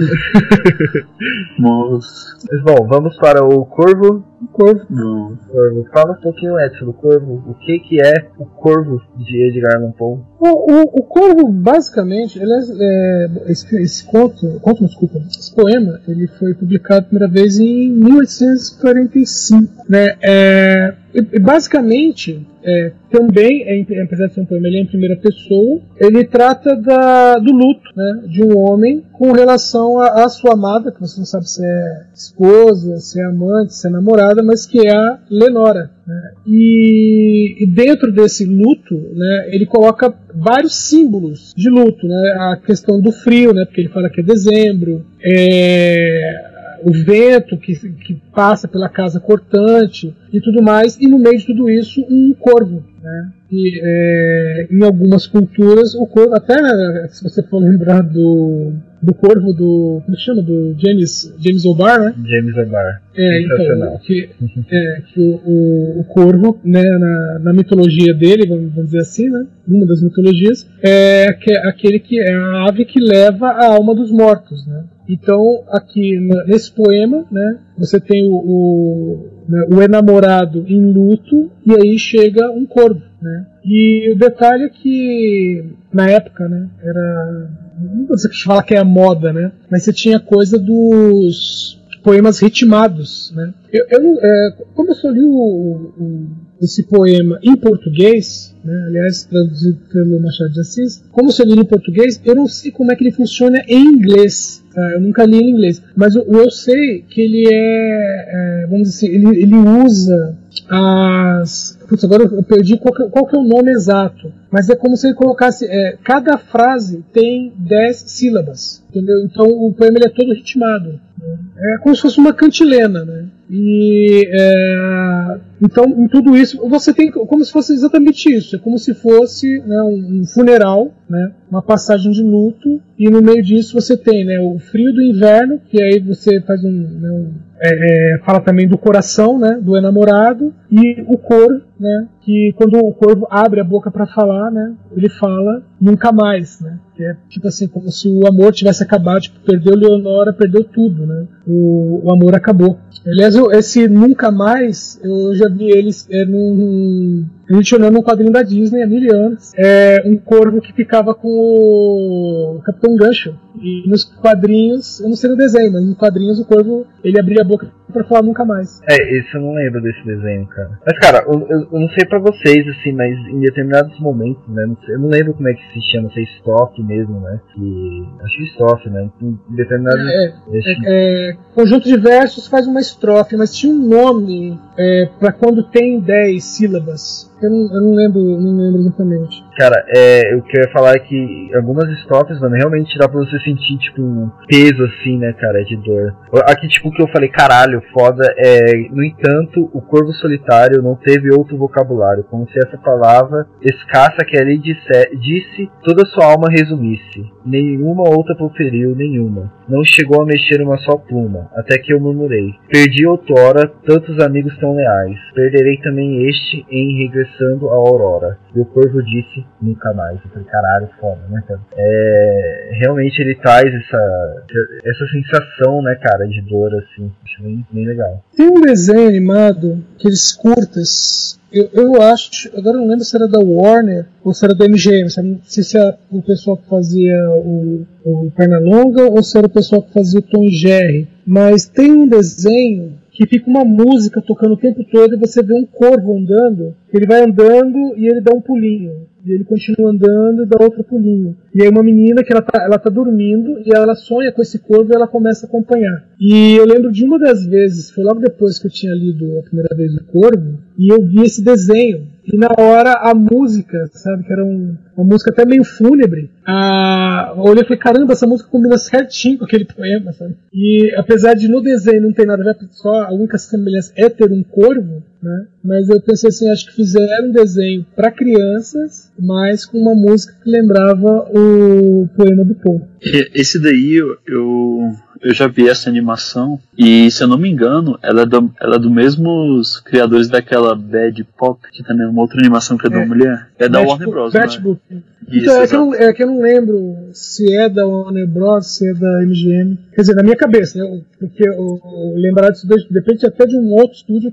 Mas bom, vamos para o Corvo. Não. Corvo. Fala um pouquinho, Edson, do Corvo. O que é o Corvo de Edgar Allan Poe? O Corvo, basicamente, esse poema, ele foi publicado a primeira vez em 1845, né? E basicamente também, apesar de ser um poema, ele é em primeira pessoa. Ele trata do luto, né, de um homem com relação à sua amada, que você não sabe se é esposa, se é amante, se é namorada, mas que é a Lenora. Né? E dentro desse luto, né, ele coloca vários símbolos de luto, né? A questão do frio, né, porque ele fala que é dezembro, o vento que passa pela casa cortante e tudo mais, e no meio de tudo isso um corvo, né? E em algumas culturas o corvo, até se você for lembrar do corvo como se chama? Do James O'Barr, né? James O'Barr. Então, que o corvo, né, na mitologia dele, vamos dizer assim, né, numa das mitologias, é aquele que é a ave que leva a alma dos mortos, né? Então, aqui nesse poema, né, você tem o enamorado em luto e aí chega um corvo, né? E o detalhe é que na época, né, não vou dizer que fala que é a moda, né, mas você tinha coisa dos poemas ritmados, né? Como eu só li esse poema em português, né, aliás, traduzido pelo Machado de Assis, como eu só li em português, eu não sei como é que ele funciona em inglês. Eu nunca li em inglês, mas eu sei que ele vamos dizer assim, ele usa Putz, agora eu perdi qual que é o nome exato, mas é como se ele colocasse, cada frase tem 10 sílabas, entendeu? Então o poema ele é todo ritmado, né? É como se fosse uma cantilena, né? E então em tudo isso você tem como se fosse exatamente isso, é como se fosse, né, um funeral, né, uma passagem de luto, e no meio disso você tem, né, o frio do inverno, que aí você faz fala também do coração, né, do enamorado, e o corvo, né, que quando o corvo abre a boca para falar, né, ele fala nunca mais, né, que é tipo assim, como se o amor tivesse acabado, tipo, perdeu Leonora, perdeu tudo, né, o amor acabou. Aliás, esse nunca mais, eu já vi eles mencionando um quadrinho da Disney há 1000 anos, um corvo que ficava com o Capitão Gancho, e nos quadrinhos, eu não sei no desenho, mas nos quadrinhos o corvo, ele abria a boca pra falar nunca mais. Esse eu não lembro desse desenho, cara. Mas, cara, eu não sei pra vocês, assim, mas em determinados momentos, né, eu não lembro como é que se chama, se é estrofe mesmo, né, acho que estrofe, né, em determinados... Conjunto de versos faz uma estrofe, mas tinha um nome pra quando tem 10 sílabas. Eu não lembro exatamente. Cara, o que eu ia falar é que algumas estrofes, mano, realmente dá pra você sentir, tipo, um peso, assim, né, cara, de dor. Aqui, tipo, que eu falei, caralho, foda, no entanto, o corvo solitário não teve outro vocabulário, como se essa palavra escassa que ali disse, toda sua alma resumisse. Nenhuma outra proferiu, nenhuma. Não chegou a mexer uma só pluma, até que eu murmurei. Perdi outrora tantos amigos tão leais, perderei também este em regressando à aurora. E o corvo disse, nunca mais. Eu falei, caralho, foda, né, cara? Realmente ele traz essa sensação, né, cara, de dor, assim. Acho bem legal. Tem um desenho animado, aqueles curtas, eu acho, agora não lembro se era da Warner ou se era da MGM, não sei se era o pessoal que fazia o Pernalonga ou se era o pessoal que fazia o Tom e Jerry, mas tem um desenho que fica uma música tocando o tempo todo e você vê um corvo andando, ele vai andando e ele dá um pulinho, e ele continua andando e dá outro pulinho. E aí uma menina que ela tá dormindo e ela sonha com esse corvo e ela começa a acompanhar. E eu lembro de uma das vezes, foi logo depois que eu tinha lido a primeira vez o Corvo, e eu vi esse desenho. E na hora a música, sabe, que era uma música até meio fúnebre, eu olhei e falei, caramba, essa música combina certinho com aquele poema, sabe? E apesar de no desenho não ter nada a ver, só a única semelhança é ter um corvo, né? Mas eu pensei assim, acho que fizeram um desenho para crianças, mas com uma música que lembrava o poema do Poe. Esse daí eu já vi essa animação e, se eu não me engano, ela é dos mesmos criadores daquela Bad Pop, que também é uma outra animação que é da mulher. É da Warner Bros. Batbook. Então, que eu não lembro se é da Warner Bros, se é da MGM. Quer dizer, na minha cabeça, né? Porque eu lembrar disso depende até de um outro estúdio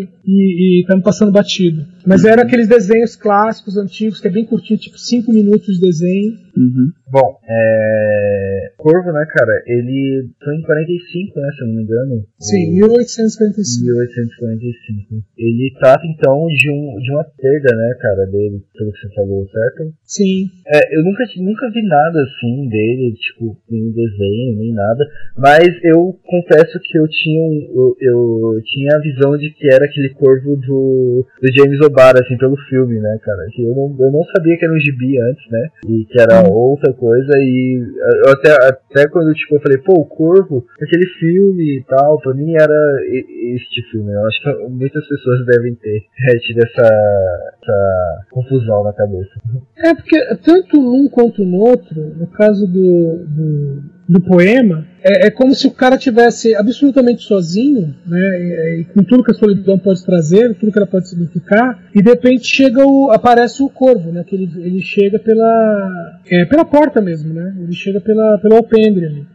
e tá me passando batido. Mas era aqueles desenhos clássicos, antigos, que é bem curtinho, tipo 5 minutos de desenho. Uhum. Bom, Corvo, né, cara, ele foi em 45, né, se eu não me engano. Sim, 1845. 1845. Ele trata, então, de uma perda, né, cara, dele, pelo que você falou, certo? Sim. Eu nunca vi nada, assim, dele, tipo, nem desenho, nem nada, mas eu confesso que eu tinha a visão de que era aquele Corvo do James O'Barr, assim, pelo filme, né, cara, que eu não sabia que era um gibi antes, né, e que era outra coisa, e eu até quando tipo, eu falei, pô, o Corvo, aquele filme e tal, pra mim era este filme. Eu acho que muitas pessoas devem ter tido essa confusão na cabeça. Porque tanto num quanto no outro, no caso do poema, é como se o cara tivesse absolutamente sozinho, né, e com tudo que a solidão pode trazer, tudo que ela pode significar, e de repente aparece o Corvo, né, que ele chega pela porta mesmo, né, ele chega pelo alpendre ali.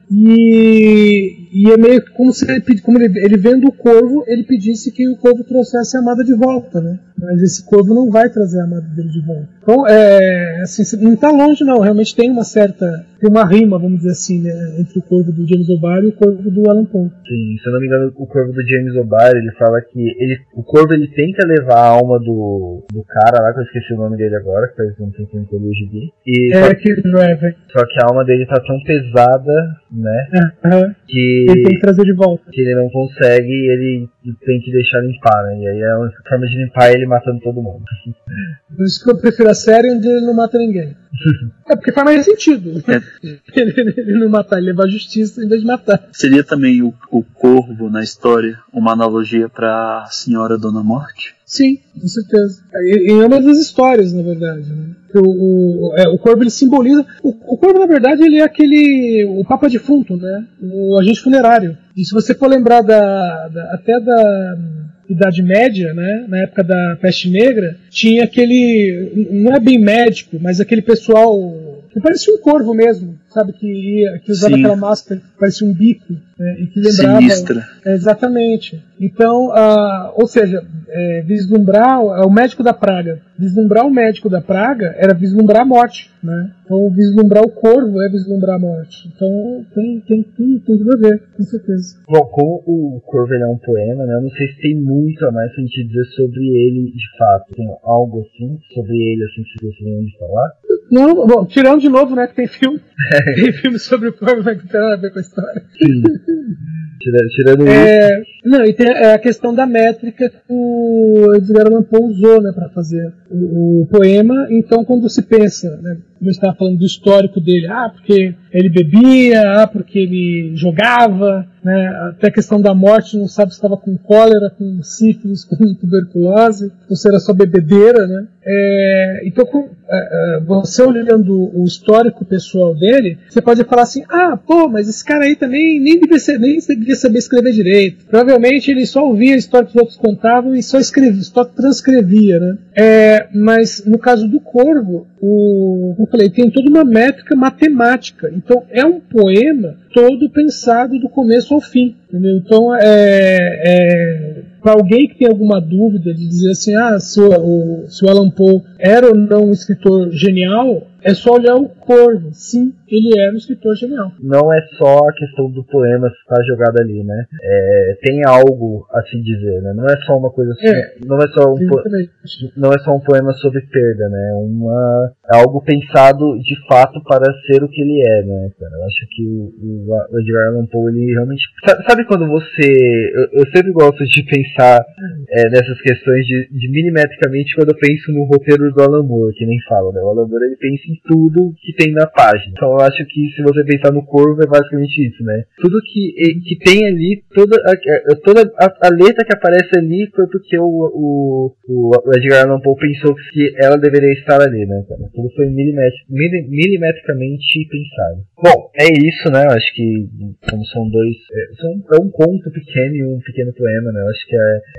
E é meio como se ele vendo o Corvo, ele pedisse que o Corvo trouxesse a amada de volta, né? Mas esse Corvo não vai trazer a amada dele de volta. Então, assim, não está longe não, realmente tem uma rima, vamos dizer assim, né, entre o Corvo do James O'Barr e o Corvo do Allan Poe. Sim, se eu não me engano, o Corvo do James O'Barr, ele fala que o Corvo ele tenta levar a alma do cara lá, que eu esqueci o nome dele agora, que faz um tempinho que eu li o gibi. Só que a alma dele tá tão pesada, né, que ele tem que trazer de volta. Que ele não consegue e ele tem que deixar limpar, né, e aí a única forma de limpar é ele matando todo mundo. Por isso que eu prefiro a série onde ele não mata ninguém. Porque faz mais sentido. Ele não matar, ele levar a justiça em vez de matar. Seria também o Corvo na história uma analogia para a Senhora Dona Morte? Sim, com certeza. Em ambas as histórias, na verdade, né? O Corvo ele simboliza. O Corvo, na verdade, ele é o Papa Defunto, né? O agente funerário. E se você for lembrar até da Idade Média, né, na época da Peste Negra, tinha não é bem médico, mas aquele pessoal que parecia um corvo mesmo, sabe, que usava aquela máscara que parecia um bico, né, e que lembrava... Sinistra. Exatamente. Então, ou seja, vislumbrar o médico da praga. Vislumbrar o médico da praga era vislumbrar a morte, né? Então, vislumbrar o corvo é vislumbrar a morte. Então, tem tudo a ver, com certeza. Bom, como o Corvo ele é um poema, né? Eu não sei se tem muito a mais pra gente dizer sobre ele de fato. Tem algo assim sobre ele, assim, que vocês gostariam de falar? Não, bom, tirando de novo, né, que tem filme. Tem filme sobre o Corvo, vai ter nada a ver com a história. Sim. Tirando isso. Não, e tem a questão da métrica que o Edgar Allan Poe usou, né, para fazer o poema. Então, quando se pensa, né, como eu estava falando do histórico dele, porque ele bebia, porque ele jogava, né, até a questão da morte, não sabe se estava com cólera, com sífilis, com tuberculose, ou se era só bebedeira, né. Então, você olhando o histórico pessoal dele, você pode falar assim, mas esse cara aí também nem devia saber escrever direito. Provavelmente ele só ouvia a história que os outros contavam e só transcrevia, né? Mas no caso do Corvo, como eu falei, tem toda uma métrica matemática. Então é um poema todo pensado do começo ao fim, entendeu? Então para alguém que tem alguma dúvida de dizer assim, se o Allan Poe era ou não um escritor genial, é só olhar o Corvo. Sim, ele era um escritor genial. Não é só a questão do poema estar jogado ali, né? Tem algo a se dizer, né? Não é só uma coisa assim, não é só um poema sobre perda, né? É algo pensado de fato para ser o que ele é, né, cara? Eu acho que o Edgar Allan Poe, ele realmente... Sabe quando eu sempre gosto de pensar nessas questões de milimetricamente quando eu penso no roteiro do Alan Moore, que nem fala, né? O Alan Moore, ele pensa em tudo que tem na página. Então eu acho que se você pensar no Corvo é basicamente isso, né? Tudo que tem ali, toda a letra que aparece ali foi porque o Edgar Allan Poe pensou que ela deveria estar ali, né, cara? Tudo foi milimetricamente pensado. Bom, é isso, né? Eu acho que como são dois... É um conto pequeno e um pequeno poema, né? Eu acho que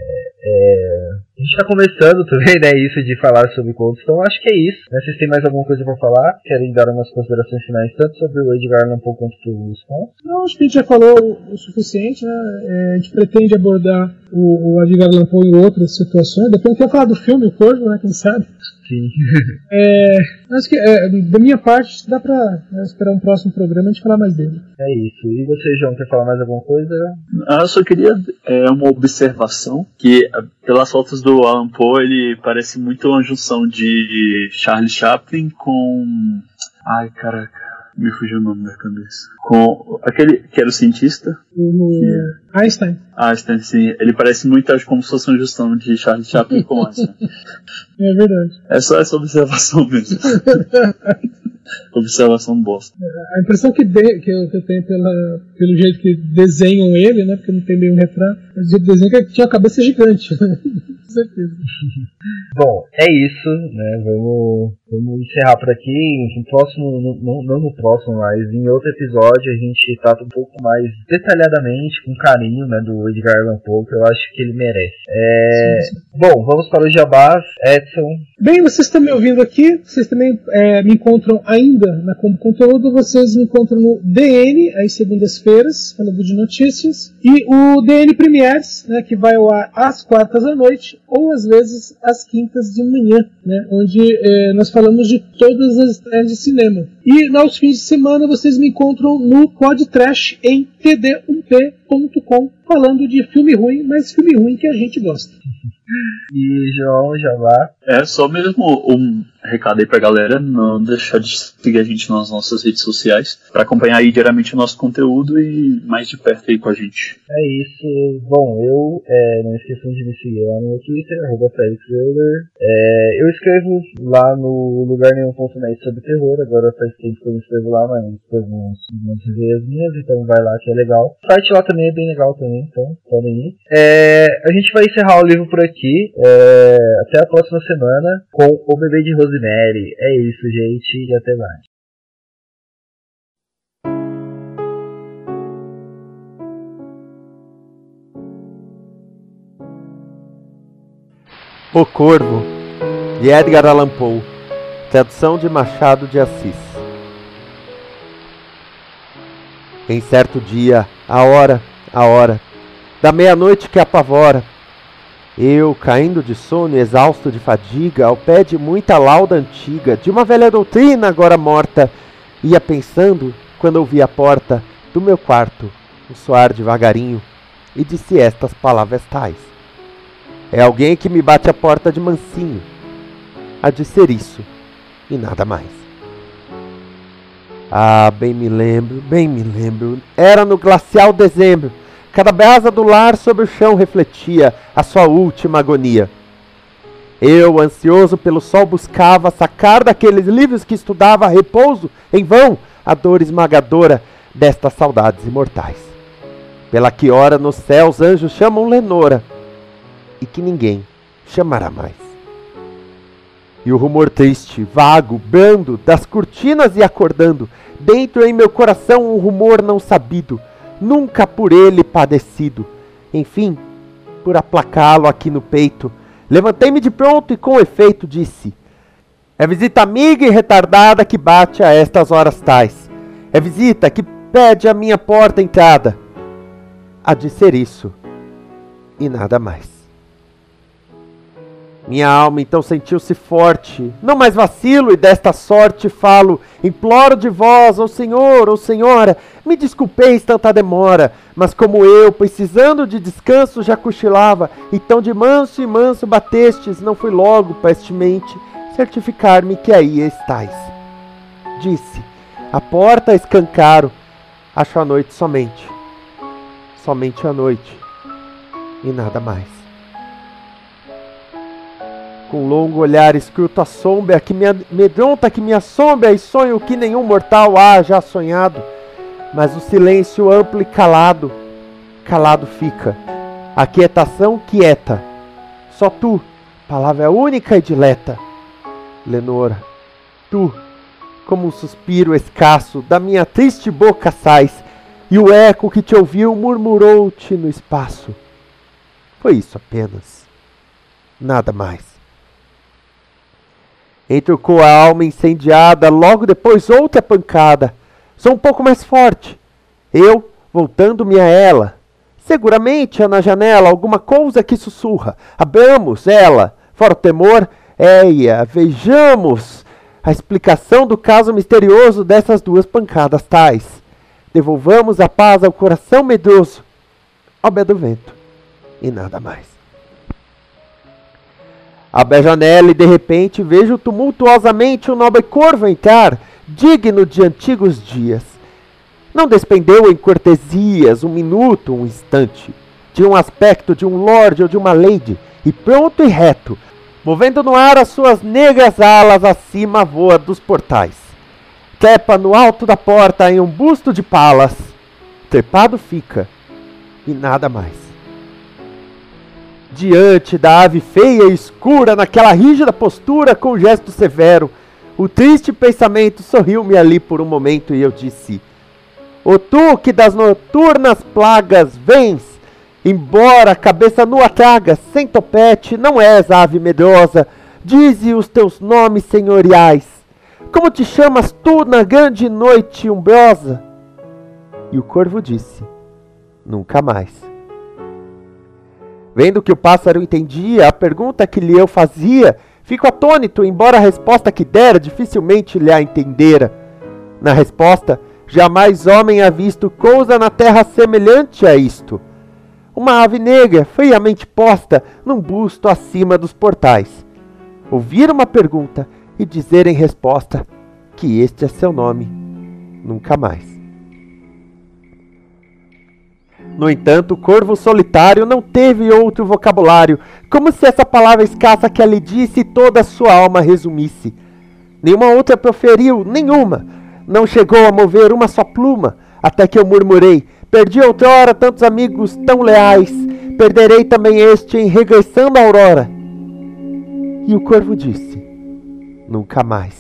a gente tá começando também, né? Isso de falar sobre contos. Então eu acho que é isso, né? Vocês têm mais alguma coisa pra falar? Querem dar umas considerações finais tanto sobre o Edgar Allan Poe quanto os contos? Não, acho que a gente já falou o suficiente, né? A gente pretende abordar o Edgar Allan Poe em outras situações. Depois eu quero falar do filme O Corvo, né, quem sabe. Sim. Acho que da minha parte dá pra esperar um próximo programa e a gente falar mais dele. É isso. E você, João, quer falar mais alguma coisa? Eu só queria uma observação, que pelas fotos do Allan Poe ele parece muito uma junção de Charlie Chaplin com... Ai, caraca, me fugiu o nome da cabeça. Com aquele que era o cientista. Einstein. Einstein, sim. Ele parece muito como se fosse uma junção de Charlie Chaplin com Einstein. É verdade. É só essa observação mesmo. Observação bosta. A impressão que eu tenho pelo jeito que desenham ele, né? Porque não tem meio um retrato. O jeito que desenham que ele tinha uma cabeça gigante. Com certeza. Bom, é isso, né? Vamos encerrar por aqui. No próximo, não no próximo, mas em outro episódio a gente trata um pouco mais detalhadamente, com carinho, né, do Edgar Allan Poe, que eu acho que ele merece. Sim. Bom, vamos para os jabás. Edson. Bem, vocês estão me ouvindo aqui, vocês também me encontram ainda na Como Conteúdo, vocês me encontram no DN, às segundas-feiras, falando de notícias, e o DN Premiers, né, que vai ao ar às quartas à noite, ou às vezes às quintas de manhã, né, onde nós falamos de todas as estreias de cinema. E nos fins de semana vocês me encontram no Podtrash em td1p.com, falando de filme ruim, mas filme ruim que a gente gosta. E João, jabá. É só mesmo um recado aí pra galera, não deixar de seguir a gente nas nossas redes sociais, pra acompanhar aí diariamente o nosso conteúdo e mais de perto aí com a gente. É isso. Bom, não esqueçam de me seguir lá no Twitter, @FelixEuler. Eu escrevo lá no lugarnenhum.net sobre terror, agora faz tempo que eu não escrevo lá, mas tem algumas resenhas minhas, então vai lá que é legal. O site lá também é bem legal também, então podem ir. A gente vai encerrar o livro por aqui. Até a próxima semana com O Bebê de Rosemary. É isso, gente, e até mais. O Corvo, de Edgar Allan Poe, tradução de Machado de Assis. Em certo dia, a hora, da meia-noite que apavora, eu, caindo de sono e exausto de fadiga, ao pé de muita lauda antiga, de uma velha doutrina agora morta, ia pensando, quando ouvi a porta do meu quarto soar devagarinho, e disse estas palavras tais: é alguém que me bate a porta de mansinho. Há de ser isso, e nada mais. Ah, bem me lembro, era no glacial dezembro. Cada brasa do lar sobre o chão refletia a sua última agonia. Eu, ansioso pelo sol, buscava sacar daqueles livros que estudava repouso, em vão, a dor esmagadora destas saudades imortais. Pela que ora nos céus anjos chamam Lenora, e que ninguém chamará mais. E o rumor triste, vago, brando, das cortinas e acordando, dentro em meu coração um rumor não sabido, nunca por ele padecido. Enfim, por aplacá-lo aqui no peito, levantei-me de pronto e com efeito disse: é visita amiga e retardada que bate a estas horas tais. É visita que pede a minha porta entrada. Há de ser isso, e nada mais. Minha alma então sentiu-se forte, não mais vacilo e desta sorte falo, imploro de vós, ó senhor, ó senhora, me desculpeis tanta demora, mas como eu, precisando de descanso, já cochilava, então de manso e manso batestes, não fui logo, prestemente, certificar-me que aí estais. Disse, a porta escancaro, acho a noite somente a noite, e nada mais. Com longo olhar escruto a sombra que me amedronta, que me assombra, e sonho que nenhum mortal há já sonhado. Mas o silêncio amplo e calado fica. A quietação quieta. Só tu, palavra única e dileta. Lenora, tu, como um suspiro escasso, da minha triste boca sais, e o eco que te ouviu murmurou-te no espaço. Foi isso apenas. Nada mais. Entrocou a alma incendiada, logo depois outra pancada. Sou um pouco mais forte. Eu, voltando-me a ela, Seguramente há na janela alguma coisa que sussurra. Abramos ela, fora o temor. Eia, vejamos a explicação do caso misterioso dessas duas pancadas tais. Devolvamos a paz ao coração medroso, ao bé do vento, e nada mais. Abro a janela e de repente vejo tumultuosamente o nobre corvo entrar, digno de antigos dias. Não despendeu em cortesias um minuto, um instante. Tinha um aspecto de um lorde ou de uma lady, e pronto e reto, movendo no ar as suas negras alas, acima voa dos portais. Trepa no alto da porta em um busto de palas. Trepado fica, e nada mais. Diante da ave feia e escura, naquela rígida postura, com gesto severo, o triste pensamento sorriu-me ali por um momento, e eu disse: "Ô tu que das noturnas plagas vens, embora a cabeça nua tragas, sem topete, não és ave medrosa, dize os teus nomes senhoriais. Como te chamas tu na grande noite umbrosa?" E o corvo disse: "Nunca mais." Vendo que o pássaro entendia a pergunta que lhe eu fazia, fico atônito, embora a resposta que dera dificilmente lhe a entendera. Na resposta, jamais homem ha visto coisa na terra semelhante a isto. Uma ave negra, friamente posta, num busto acima dos portais. Ouvir uma pergunta e dizer em resposta que este é seu nome, nunca mais. No entanto, o corvo solitário não teve outro vocabulário, como se essa palavra escassa que ali disse toda a sua alma resumisse. Nenhuma outra proferiu, nenhuma. Não chegou a mover uma só pluma, até que eu murmurei: "Perdi outrora tantos amigos tão leais, perderei também este em regressando a aurora." E o corvo disse: "Nunca mais."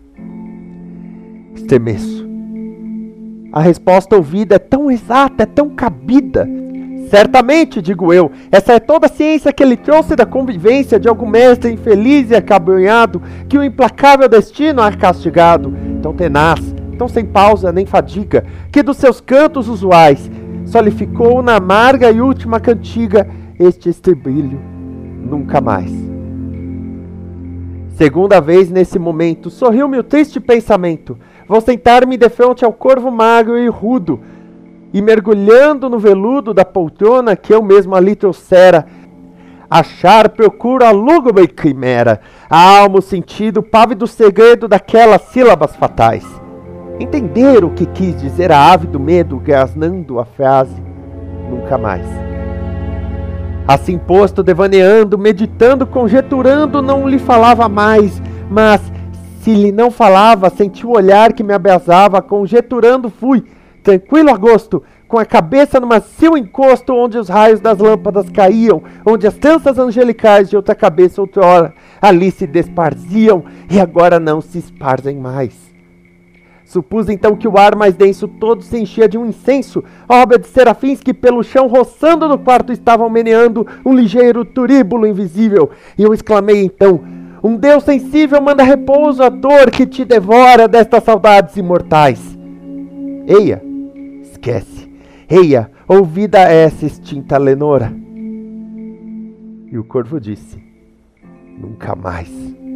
Estremeço. A resposta ouvida é tão exata, é tão cabida. Certamente, digo eu, essa é toda a ciência que ele trouxe da convivência de algum mestre infeliz e acabrunhado que o implacável destino ha castigado, tão tenaz, tão sem pausa nem fadiga, que dos seus cantos usuais só lhe ficou na amarga e última cantiga este estribilho: "Nunca mais." Segunda vez nesse momento, sorriu-me o triste pensamento: vou sentar-me de frente ao corvo magro e rudo, e mergulhando no veludo da poltrona que eu mesmo ali trouxera, achar procuro a lúgubre quimera, a alma, o sentido, o pávido segredo daquelas sílabas fatais. Entender o que quis dizer a ave do medo, grasnando a frase: "Nunca mais." Assim posto, devaneando, meditando, conjeturando, não lhe falava mais, mas se lhe não falava, senti o olhar que me abrasava, conjeturando fui, tranquilo a gosto, com a cabeça no macio encosto onde os raios das lâmpadas caíam, onde as tranças angelicais de outra cabeça outrora ali se desparziam e agora não se esparzem mais. Supus então que o ar mais denso todo se enchia de um incenso, obra de serafins que pelo chão roçando no quarto estavam meneando um ligeiro turíbulo invisível, e eu exclamei então: "Um Deus sensível manda repouso à dor que te devora destas saudades imortais." Eia, esquece, eia, ouvida essa extinta Lenora. E o corvo disse: "Nunca mais."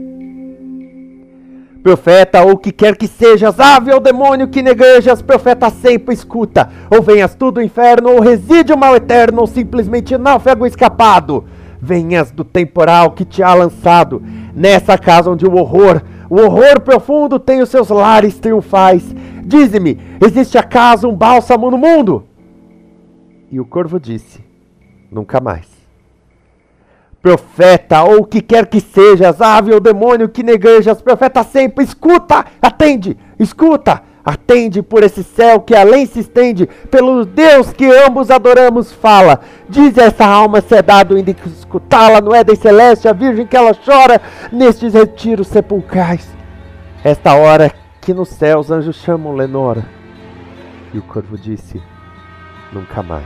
Profeta, ou que quer que sejas, ave ou demônio que neguejas, profeta sempre escuta. Ou venhas tu do inferno, ou reside o mal eterno, ou simplesmente náufrago escapado. Venhas do temporal que te há lançado nessa casa onde o horror profundo tem os seus lares triunfais. Dize-me, existe acaso um bálsamo no mundo? E o corvo disse: "Nunca mais." Profeta, ou que quer que sejas, ave ou demônio que neguejas, profeta sempre, escuta, atende, escuta, atende por esse céu que além se estende, pelo Deus que ambos adoramos fala. Diz a essa alma sedado em escutá-la no Éden celeste, a virgem que ela chora nestes retiros sepulcrais. Esta hora que no céu os anjos chamam Lenora. E o corvo disse: "Nunca mais."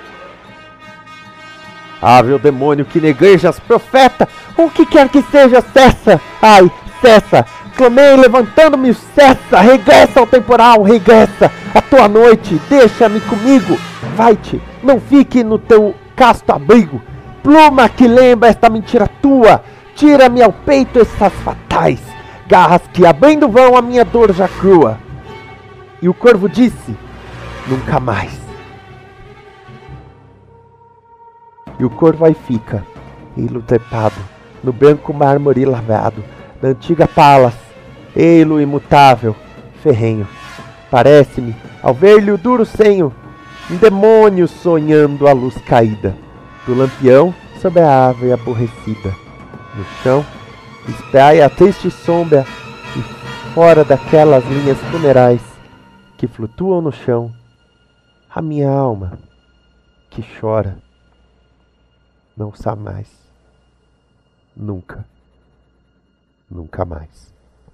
Ave ou demônio que neguejas, profeta, ou que quer que seja, cessa, ai, cessa. Clamei levantando-me, cessa, regressa ao temporal, regressa. A tua noite, deixa-me comigo, vai-te. Não fique no teu casto abrigo. Pluma que lembra esta mentira tua. Tira-me ao peito essas fatais garras que abrindo vão a minha dor já crua. E o corvo disse, nunca mais. E o corvo aí fica, ei-lo trepado, no branco mármore lavado, da antiga palas, ei-lo imutável, ferrenho. Parece-me, ao ver-lhe o duro senho, um demônio sonhando a luz caída, do lampião sobre a árvore aborrecida. No chão, espraia a triste sombra, e fora daquelas linhas funerais que flutuam no chão, a minha alma, que chora, não sabe mais. Nunca. Nunca mais.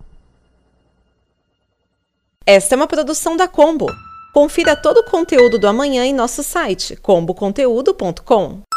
Esta é uma produção da Combo. Confira todo o conteúdo do Amanhã em nosso site comboconteúdo.com.